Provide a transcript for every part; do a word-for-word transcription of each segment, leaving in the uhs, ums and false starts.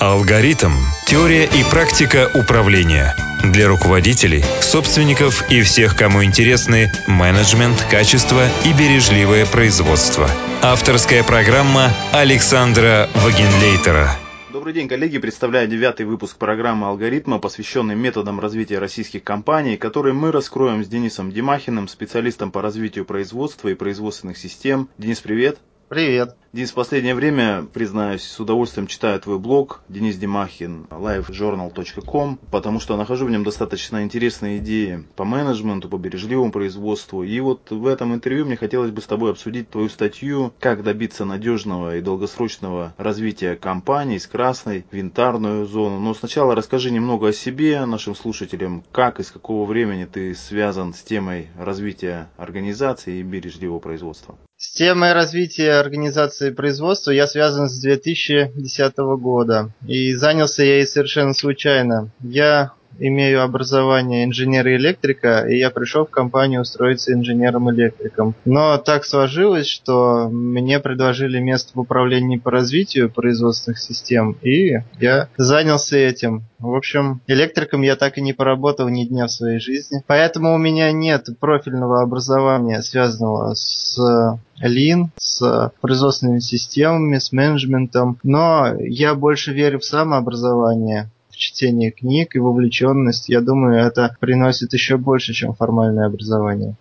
Алгоритм. Теория и практика управления. Для руководителей, собственников и всех, кому интересны менеджмент, качество и бережливое производство. Авторская программа Александра Вагенлейтера. Добрый день, коллеги. Представляю девятый выпуск программы «Алгоритма», посвященный методам развития российских компаний, который мы раскроем с Денисом Демахиным, специалистом по развитию производства и производственных систем. Денис, привет. Привет. Денис, в последнее время, признаюсь, с удовольствием читаю твой блог Денис Демахин лайв журнал точка ком, потому что нахожу в нем достаточно интересные идеи по менеджменту, по бережливому производству. И вот в этом интервью мне хотелось бы с тобой обсудить твою статью «Как добиться надежного и долгосрочного развития компании с красной в янтарную зону». Но сначала расскажи немного о себе нашим слушателям, как и с какого времени ты связан с темой развития организации и бережливого производства. С темой развития организации производства я связан с две тысячи десятого года. И занялся я ей совершенно случайно. Я имею образование инженера-электрика, и я пришел в компанию устроиться инженером-электриком. Но так сложилось, что мне предложили место в управлении по развитию производственных систем, и я занялся этим. В общем, электриком я так и не поработал ни дня в своей жизни. Поэтому у меня нет профильного образования, связанного с Lean, с производственными системами, с менеджментом. Но я больше верю в самообразование, в чтение книг и вовлеченность. Я думаю, это приносит еще больше, чем формальное образование.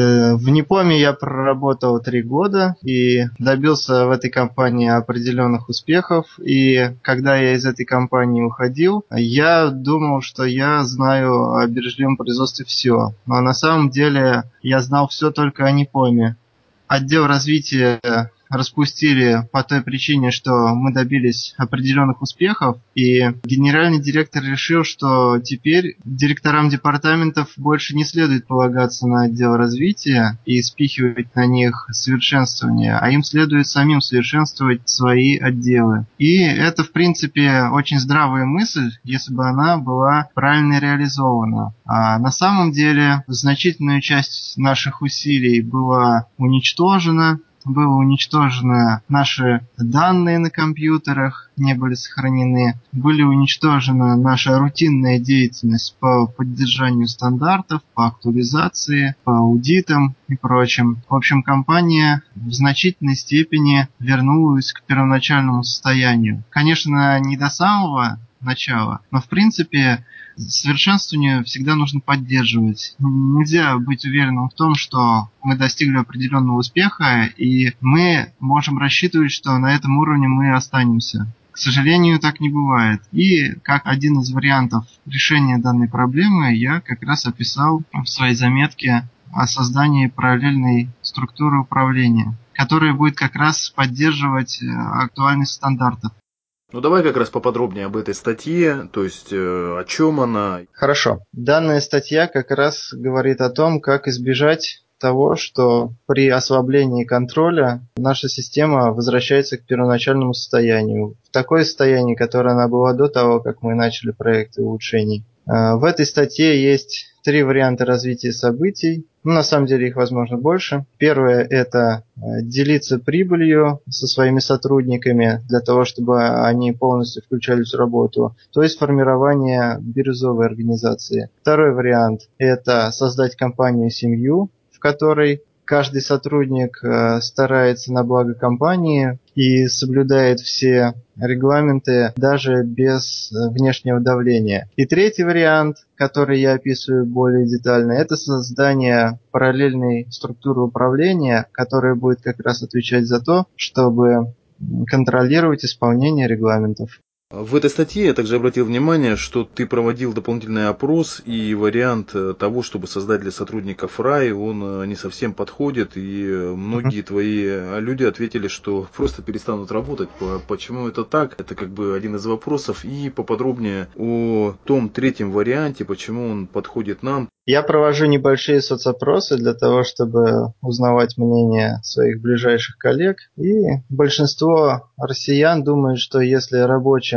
В Непоме я проработал три года и добился в этой компании определенных успехов. И когда я из этой компании уходил, я думал, что я знаю о бережливом производстве все. Но на самом деле я знал все только о Непоме. Отдел развития распустили по той причине, что мы добились определенных успехов, и генеральный директор решил, что теперь директорам департаментов больше не следует полагаться на отдел развития и спихивать на них совершенствование, а им следует самим совершенствовать свои отделы. И это, в принципе, очень здравая мысль, если бы она была правильно реализована. А на самом деле значительная часть наших усилий была уничтожена, было уничтожены наши данные на компьютерах, не были сохранены, были уничтожена наша рутинная деятельность по поддержанию стандартов, по актуализации, по аудитам и прочим. В общем, компания в значительной степени вернулась к первоначальному состоянию. Конечно, не до самого начала, но в принципе совершенствование всегда нужно поддерживать. Нельзя быть уверенным в том, что мы достигли определенного успеха, и мы можем рассчитывать, что на этом уровне мы останемся. К сожалению, так не бывает. И как один из вариантов решения данной проблемы я как раз описал в своей заметке о создании параллельной структуры управления, которая будет как раз поддерживать актуальность стандартов. Ну давай как раз поподробнее об этой статье, то есть э, о чем она. Хорошо. Данная статья как раз говорит о том, как избежать того, что при ослаблении контроля наша система возвращается к первоначальному состоянию, в такое состояние, которое она была до того, как мы начали проекты улучшений. В этой статье есть три варианта развития событий. Ну, на самом деле их, возможно, больше. Первое – это делиться прибылью со своими сотрудниками для того, чтобы они полностью включались в работу, то есть формирование бирюзовой организации. Второй вариант – это создать компанию-семью, в которой каждый сотрудник старается на благо компании и соблюдает все регламенты даже без внешнего давления. И третий вариант, который я описываю более детально, это создание параллельной структуры управления, которая будет как раз отвечать за то, чтобы контролировать исполнение регламентов. В этой статье я также обратил внимание, что ты проводил дополнительный опрос, и вариант того, чтобы создать для сотрудников рай, он не совсем подходит, и многие твои люди ответили, что просто перестанут работать. Почему это так? Это как бы один из вопросов. И поподробнее о том третьем варианте, почему он подходит нам. Я провожу небольшие соцопросы для того, чтобы узнавать мнение своих ближайших коллег. И большинство россиян думают, что если рабочим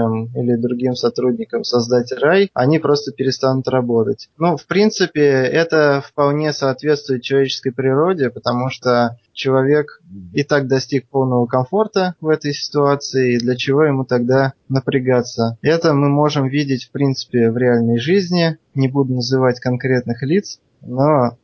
товарищам или другим сотрудникам создать рай, они просто перестанут работать. Ну, в принципе, это вполне соответствует человеческой природе, потому что человек и так достиг полного комфорта в этой ситуации, и для чего ему тогда напрягаться? Это мы можем видеть, в принципе, в реальной жизни. Не буду называть конкретных лиц, но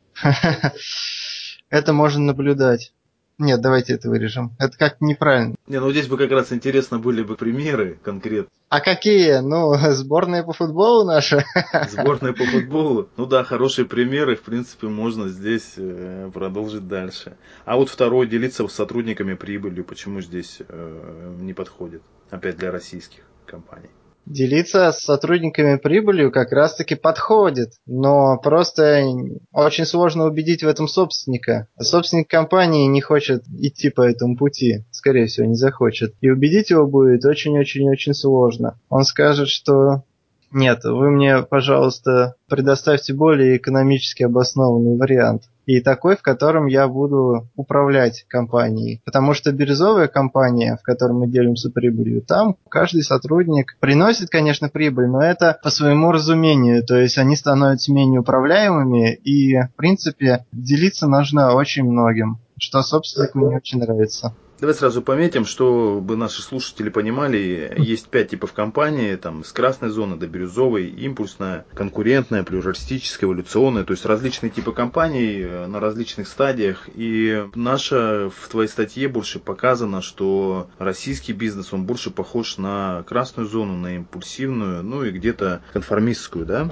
это можно наблюдать. Нет, давайте это вырежем. Это как-то неправильно. Не, ну здесь бы как раз интересно были бы примеры конкретно. А какие? Ну, сборная по футболу наша. Сборная по футболу. Ну да, хорошие примеры, в принципе, можно здесь э, продолжить дальше. А вот второй, делиться с сотрудниками прибылью, почему здесь э, не подходит? Опять для российских компаний. Делиться с сотрудниками прибылью как раз-таки подходит, но просто очень сложно убедить в этом собственника. Собственник компании не хочет идти по этому пути, скорее всего, не захочет. И убедить его будет очень-очень-очень сложно. Он скажет, что нет, вы мне, пожалуйста, предоставьте более экономически обоснованный вариант. И такой, в котором я буду управлять компанией. Потому что бирюзовая компания, в которой мы делимся прибылью, там каждый сотрудник приносит, конечно, прибыль, но это по своему разумению. То есть они становятся менее управляемыми, и, в принципе, делиться нужно очень многим, что собственнику не очень нравится. Давай сразу пометим, чтобы наши слушатели понимали, есть пять типов компаний, там с красной зоны до бирюзовой, импульсная, конкурентная, плюралистическая, эволюционная, то есть различные типы компаний на различных стадиях. И наша в твоей статье больше показано, что российский бизнес, он больше похож на красную зону, на импульсивную, ну и где-то конформистскую, да?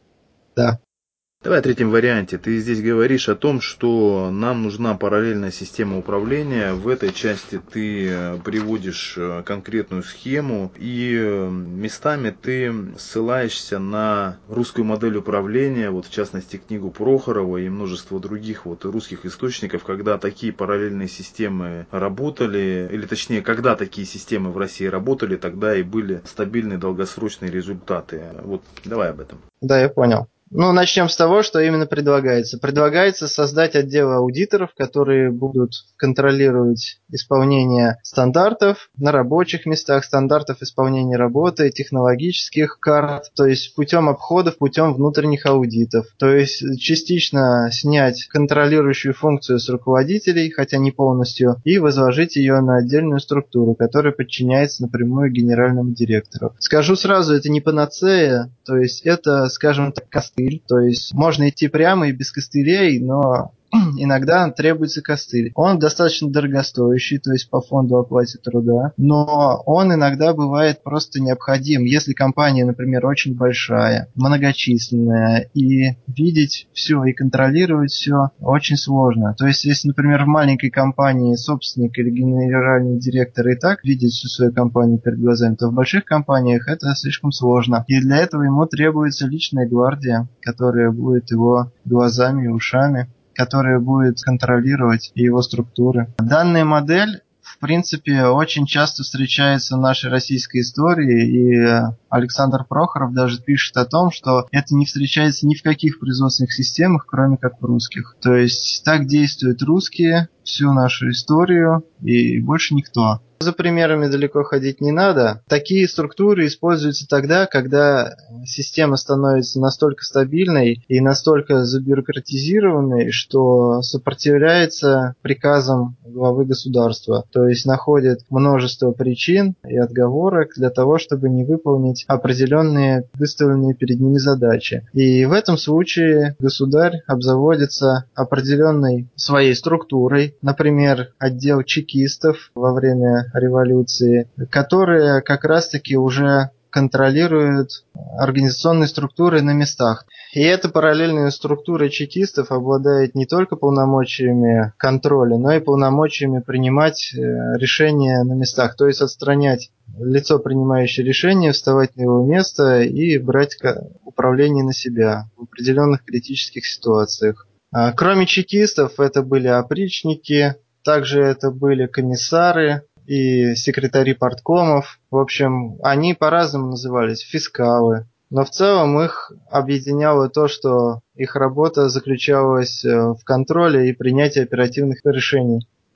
Да. Давай о третьем варианте. Ты здесь говоришь о том, что нам нужна параллельная система управления. В этой части ты приводишь конкретную схему, и местами ты ссылаешься на русскую модель управления, вот в частности книгу Прохорова и множество других вот русских источников, когда такие параллельные системы работали, или точнее, когда такие системы в России работали, тогда и были стабильные долгосрочные результаты. Вот давай об этом. Да, я понял. Ну, начнем с того, что именно предлагается. Предлагается создать отдел аудиторов, которые будут контролировать исполнение стандартов на рабочих местах, стандартов исполнения работы, технологических карт, то есть путем обходов, путем внутренних аудитов. То есть частично снять контролирующую функцию с руководителей, хотя не полностью, и возложить ее на отдельную структуру, которая подчиняется напрямую генеральному директору. Скажу сразу, это не панацея, то есть это, скажем так, костыль. То есть можно идти прямо и без костылей, но иногда требуется костыль. Он достаточно дорогостоящий, то есть по фонду оплаты труда, но он иногда бывает просто необходим, если компания, например, очень большая, многочисленная, и видеть все и контролировать все очень сложно. То есть, если, например, в маленькой компании собственник или генеральный директор и так видит всю свою компанию перед глазами, то в больших компаниях это слишком сложно. И для этого ему требуется личная гвардия, которая будет его глазами и ушами, которая будет контролировать его структуры. Данная модель, в принципе, очень часто встречается в нашей российской истории, и Александр Прохоров даже пишет о том, что это не встречается ни в каких производственных системах, кроме как в русских. То есть так действуют русские всю нашу историю, и больше никто. За примерами далеко ходить не надо. Такие структуры используются тогда, когда система становится настолько стабильной и настолько забюрократизированной, что сопротивляется приказам главы государства. То есть находит множество причин и отговорок для того, чтобы не выполнить определенные выставленные перед ними задачи. И в этом случае государь обзаводится определенной своей структурой, например, отдел чекистов во время революции, которые как раз-таки уже контролируют организационные структуры на местах. И эта параллельная структура чекистов обладает не только полномочиями контроля, но и полномочиями принимать решения на местах, то есть отстранять лицо, принимающее решение, вставать на его место и брать управление на себя в определенных критических ситуациях. Кроме чекистов, это были опричники, также это были комиссары и секретари парткомов. В общем, они по-разному назывались, фискалы. Но в целом их объединяло то, что их работа заключалась в контроле и принятии оперативных решений.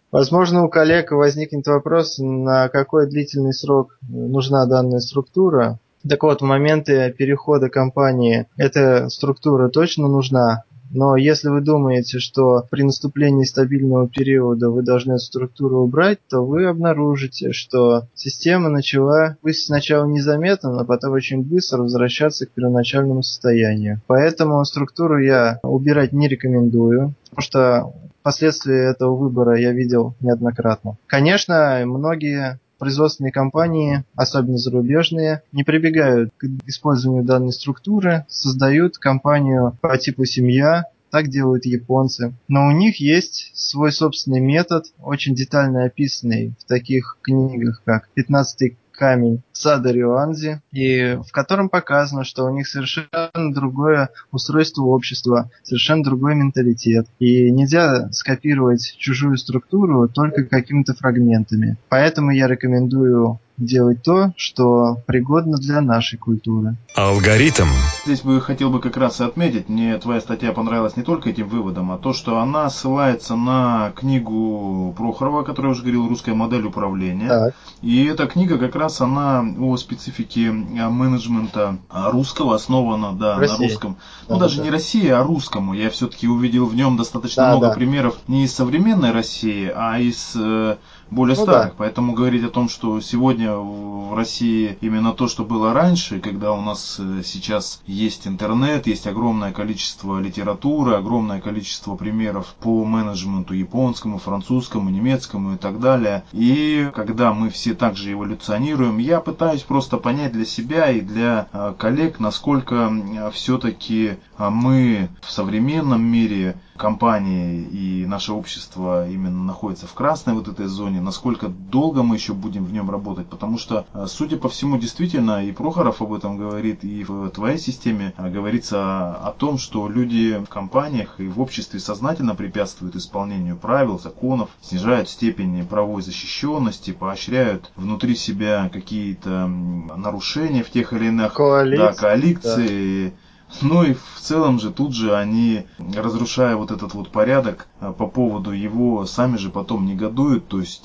Возможно, у коллег возникнет вопрос, на какой длительный срок нужна данная структура. Так вот, в моменты перехода компании эта структура точно нужна. Но если вы думаете, что при наступлении стабильного периода вы должны эту структуру убрать, то вы обнаружите, что система начала, пусть сначала незаметно, но потом очень быстро возвращаться к первоначальному состоянию. Поэтому структуру я убирать не рекомендую, потому что последствия этого выбора я видел неоднократно. Конечно, многие производственные компании, особенно зарубежные, не прибегают к использованию данной структуры, создают компанию по типу семья, так делают японцы. Но у них есть свой собственный метод, очень детально описанный в таких книгах, как «пятнадцатый камень сада Рюанзи», и в котором показано, что у них совершенно другое устройство общества, совершенно другой менталитет. И нельзя скопировать чужую структуру только какими-то фрагментами. Поэтому я рекомендую делать то, что пригодно для нашей культуры. Алгоритм. Здесь бы хотел бы как раз и отметить, мне твоя статья понравилась не только этим выводом, а то, что она ссылается на книгу Прохорова, которая уже говорил, «Русская модель управления». Так. И эта книга как раз она о специфике менеджмента русского, основана да, на русском. Ну да, даже да. не России, а русскому. Я все-таки увидел в нем достаточно да, много да. примеров не из современной России, а из э, более ну, старых. Да. Поэтому говорить о том, что сегодня в России именно то, что было раньше, когда у нас сейчас есть интернет, есть огромное количество литературы, огромное количество примеров по менеджменту японскому, французскому, немецкому и так далее. И когда мы все также эволюционируем, я пытаюсь просто понять для себя и для э, коллег, насколько э, все-таки э, мы в современном мире, компании и наше общество именно находится в красной вот этой зоне, насколько долго мы еще будем в нем работать, потому что, судя по всему, действительно, и Прохоров об этом говорит, и в твоей системе говорится о том, что люди в компаниях и в обществе сознательно препятствуют исполнению правил, законов, снижают степень правовой защищенности, поощряют внутри себя какие-то нарушения в тех или иных Коалиции, да, коалиции. Да. Ну и в целом же тут же они, разрушая вот этот вот порядок по поводу его, сами же потом негодуют. То есть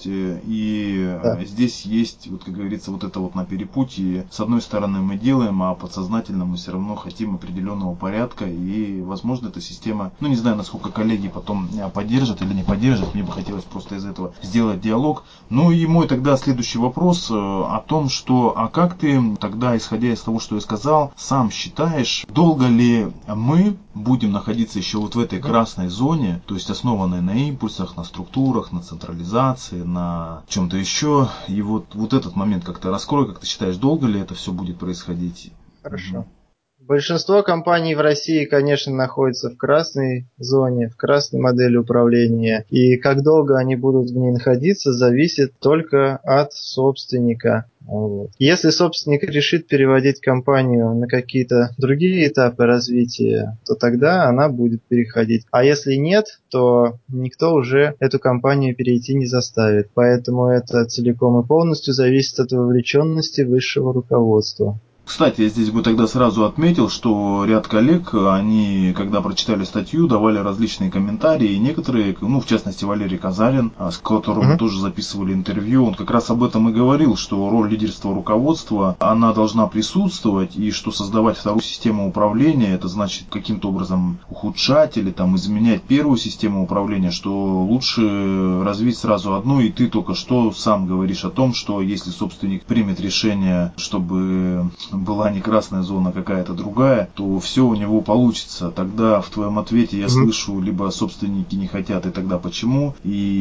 и да. Здесь есть, вот как говорится, вот это вот на перепутье. С одной стороны мы делаем, а подсознательно мы все равно хотим определенного порядка. И возможно эта система, ну не знаю, насколько коллеги потом поддержат или не поддержат. Мне бы хотелось просто из этого сделать диалог. Ну и мой тогда следующий вопрос о том, что а как ты тогда, исходя из того, что я сказал, сам считаешь, долго Долго ли мы будем находиться еще вот в этой красной зоне, то есть основанной на импульсах, на структурах, на централизации, на чем-то еще? И вот, вот этот момент как-то раскрой, как ты считаешь, долго ли это все будет происходить? Хорошо. Угу. Большинство компаний в России, конечно, находятся в красной зоне, в красной модели управления. И как долго они будут в ней находиться, зависит только от собственника. Вот. Если собственник решит переводить компанию на какие-то другие этапы развития, то тогда она будет переходить. А если нет, то никто уже эту компанию перейти не заставит. Поэтому это целиком и полностью зависит от вовлеченности высшего руководства. Кстати, я здесь бы тогда сразу отметил, что ряд коллег, они, когда прочитали статью, давали различные комментарии, и некоторые, ну, в частности, Валерий Казарин, с которым мы тоже записывали интервью, он как раз об этом и говорил, что роль лидерства руководства, она должна присутствовать, и что создавать вторую систему управления, это значит каким-то образом ухудшать или там изменять первую систему управления, что лучше развить сразу одну, и ты только что сам говоришь о том, что если собственник примет решение, чтобы была не красная зона, а какая-то другая, то все у него получится. Тогда в твоем ответе я mm-hmm. слышу, либо собственники не хотят, и тогда почему.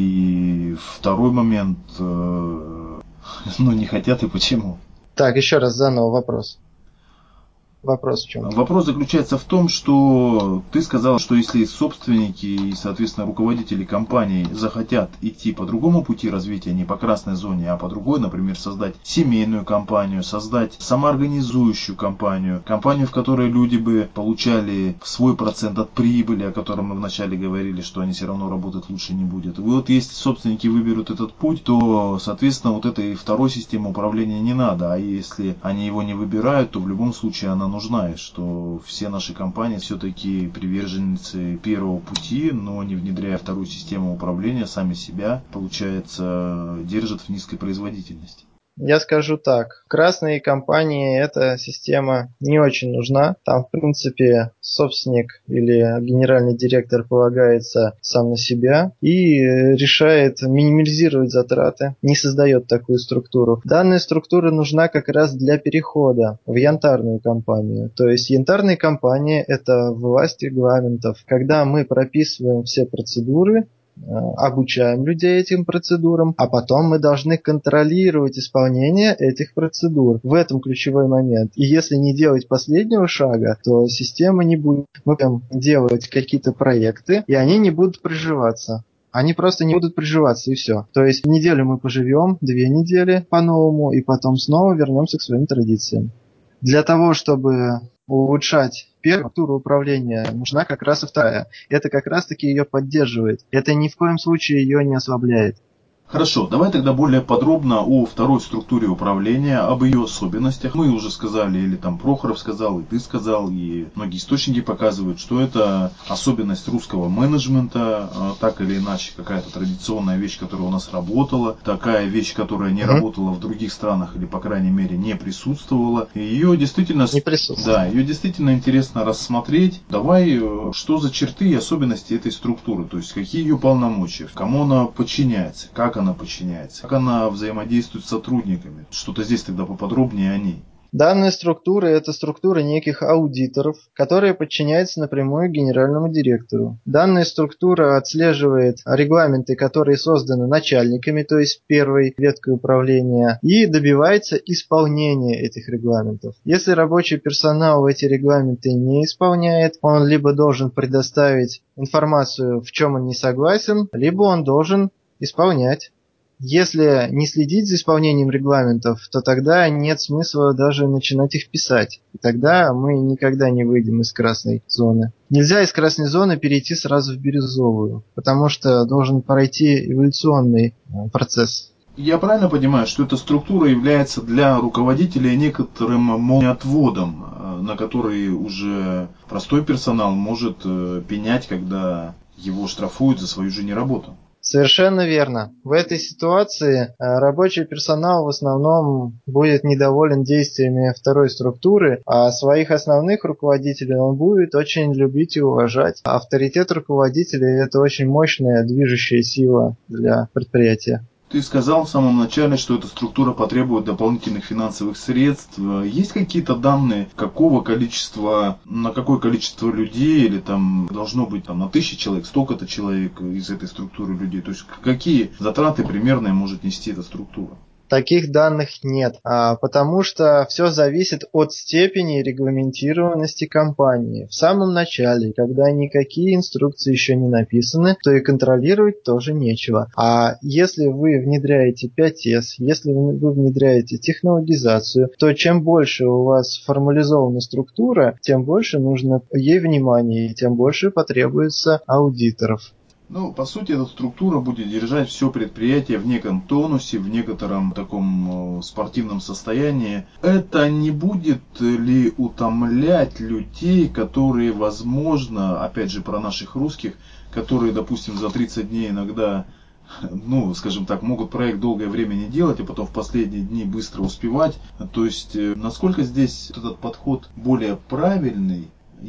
И второй момент, э, ну не хотят и почему. Так, еще раз заново вопрос. Вопрос в чем? Вопрос заключается в том, что ты сказал, что если собственники и, соответственно, руководители компаний захотят идти по другому пути развития, не по красной зоне, а по другой, например, создать семейную компанию, создать самоорганизующую компанию, компанию, в которой люди бы получали свой процент от прибыли, о котором мы вначале говорили, что они все равно работать лучше не будут. И вот если собственники выберут этот путь, то, соответственно, вот этой второй системы управления не надо. А если они его не выбирают, то в любом случае она нужна, и что все наши компании все-таки приверженцы первого пути, но не внедряя вторую систему управления, сами себя, получается, держат в низкой производительности. Я скажу так, красные компании эта система не очень нужна. Там, в принципе, собственник или генеральный директор полагается сам на себя и решает минимизировать затраты, не создает такую структуру. Данная структура нужна как раз для перехода в янтарную компанию. То есть янтарные компании – это власть регламентов. Когда мы прописываем все процедуры, обучаем людей этим процедурам, а потом мы должны контролировать исполнение этих процедур. В этом ключевой момент. И если не делать последнего шага, то система не будет. Мы будем делать какие-то проекты, и они не будут приживаться. Они просто не будут приживаться, и все. То есть неделю мы поживем, две недели по-новому, и потом снова вернемся к своим традициям. Для того, чтобы улучшать первую структуру управления, нужна как раз и вторая. Это как раз-таки ее поддерживает. Это ни в коем случае ее не ослабляет. Хорошо, давай тогда более подробно о второй структуре управления, об ее особенностях. Мы уже сказали, или там Прохоров сказал, и ты сказал, и многие источники показывают, что это особенность русского менеджмента, так или иначе какая-то традиционная вещь, которая у нас работала, такая вещь, которая не uh-huh. работала в других странах, или по крайней мере не присутствовала. И ее действительно, не присутствовала. Да, ее действительно интересно рассмотреть. Давай, что за черты и особенности этой структуры, то есть какие ее полномочия, кому она подчиняется, как она подчиняется, как она взаимодействует с сотрудниками. Что-то здесь тогда поподробнее о ней. Данная структура – это структура неких аудиторов, которые подчиняются напрямую генеральному директору. Данная структура отслеживает регламенты, которые созданы начальниками, то есть первой веткой управления, и добивается исполнения этих регламентов. Если рабочий персонал эти регламенты не исполняет, он либо должен предоставить информацию, в чем он не согласен, либо он должен исполнять. Если не следить за исполнением регламентов, то тогда нет смысла даже начинать их писать. И тогда мы никогда не выйдем из красной зоны. Нельзя из красной зоны перейти сразу в бирюзовую, потому что должен пройти эволюционный процесс. Я правильно понимаю, что эта структура является для руководителя некоторым молниеотводом, на который уже простой персонал может пенять, когда его штрафуют за свою же неработу? Совершенно верно. В этой ситуации рабочий персонал в основном будет недоволен действиями второй структуры, а своих основных руководителей он будет очень любить и уважать. Авторитет руководителя – это очень мощная движущая сила для предприятия. Ты сказал в самом начале, что эта структура потребует дополнительных финансовых средств. Есть какие-то данные, какого количества, на какое количество людей, или там должно быть там, на тысячу человек, столько-то человек из этой структуры людей? То есть какие затраты примерные может нести эта структура? Таких данных нет, а, потому что все зависит от степени регламентированности компании. В самом начале, когда никакие инструкции еще не написаны, то и контролировать тоже нечего. А если вы внедряете пять эс, если вы внедряете технологизацию, то чем больше у вас формализована структура, тем больше нужно ей внимания, и тем больше потребуется аудиторов. Ну, по сути, эта структура будет держать все предприятие в неком тонусе, в некотором таком спортивном состоянии. Это не будет ли утомлять людей, которые, возможно, опять же, про наших русских, которые, допустим, за тридцать дней иногда, ну, скажем так, могут проект долгое время не делать, а потом в последние дни быстро успевать. То есть, насколько здесь этот подход более правильный,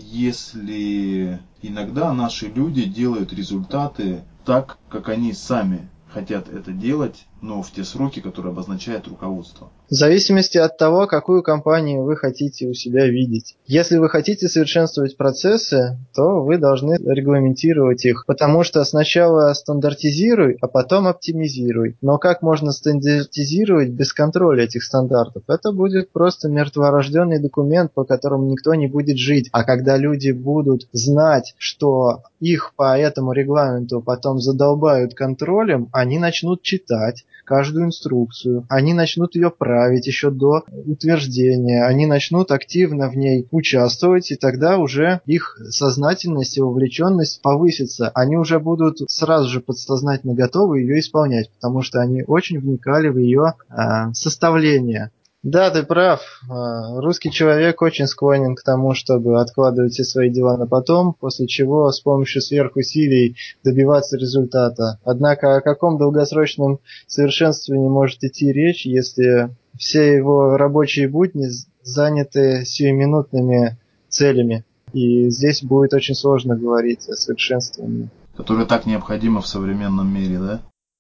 если иногда наши люди делают результаты так, как они сами хотят это делать, но в те сроки, которые обозначает руководство? В зависимости от того, какую компанию вы хотите у себя видеть. Если вы хотите совершенствовать процессы, то вы должны регламентировать их, потому что сначала стандартизируй, а потом оптимизируй. Но как можно стандартизировать без контроля этих стандартов? Это будет просто мертворожденный документ, по которому никто не будет жить. А когда люди будут знать, что их по этому регламенту потом задолбают контролем, они начнут читать каждую инструкцию, они начнут ее править еще до утверждения, они начнут активно в ней участвовать, и тогда уже их сознательность и вовлеченность повысится. Они уже будут сразу же подсознательно готовы ее исполнять, потому что они очень вникали в ее э, составление. Да, ты прав. А, Русский человек очень склонен к тому, чтобы откладывать все свои дела на потом, после чего с помощью сверхусилий добиваться результата. Однако о каком долгосрочном совершенствовании может идти речь, если все его рабочие будни заняты сиюминутными целями? И здесь будет очень сложно говорить о совершенствовании. Которое так необходимо в современном мире, да?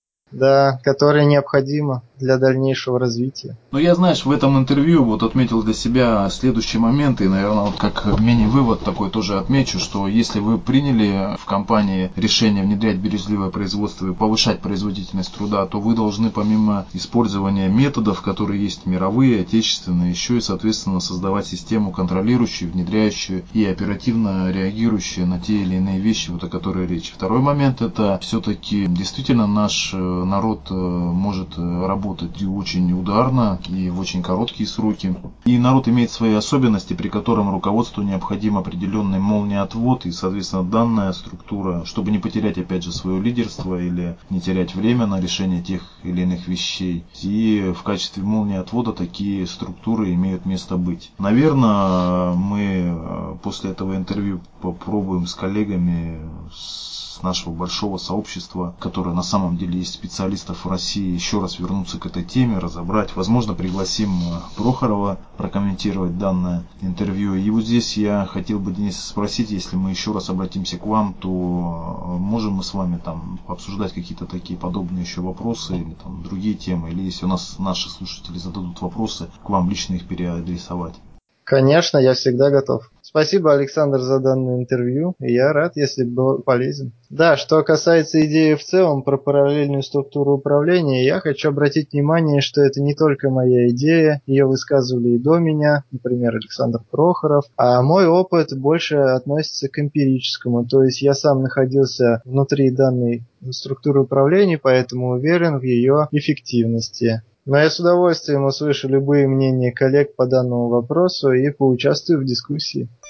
Да, которое необходимо для дальнейшего развития. Но я, знаешь, в этом интервью вот отметил для себя следующий момент, и, наверное, вот как мини-вывод такой тоже отмечу, что если вы приняли в компании решение внедрять бережливое производство и повышать производительность труда, то вы должны помимо использования методов, которые есть мировые, отечественные, еще и, соответственно, создавать систему контролирующую, внедряющую и оперативно реагирующую на те или иные вещи, вот о которой речь. Второй момент — это все-таки действительно наш народ может работать очень ударно и в очень короткие сроки. И народ имеет свои особенности, при котором руководству необходим определенный молниеотвод и, соответственно, данная структура, чтобы не потерять, опять же, свое лидерство или не терять время на решение тех или иных вещей. И в качестве молниеотвода такие структуры имеют место быть. Наверное, мы после этого интервью попробуем с коллегами, с нашего большого сообщества, которое на самом деле есть специалистов в России, еще раз вернуться к этой теме, разобрать. Возможно, пригласим Прохорова прокомментировать данное интервью. И вот здесь я хотел бы, Денис, спросить, если мы еще раз обратимся к вам, то можем мы с вами там обсуждать какие-то такие подобные еще вопросы или там другие темы, или если у нас наши слушатели зададут вопросы, к вам лично их переадресовать? Конечно, я всегда готов. Спасибо, Александр, за данное интервью. И я рад, если был полезен. Да, что касается идеи в целом про параллельную структуру управления, я хочу обратить внимание, что это не только моя идея, ее высказывали и до меня, например, Александр Прохоров, а мой опыт больше относится к эмпирическому, то есть я сам находился внутри данной структуры управления, поэтому уверен в ее эффективности. Но я с удовольствием услышу любые мнения коллег по данному вопросу и поучаствую в дискуссии.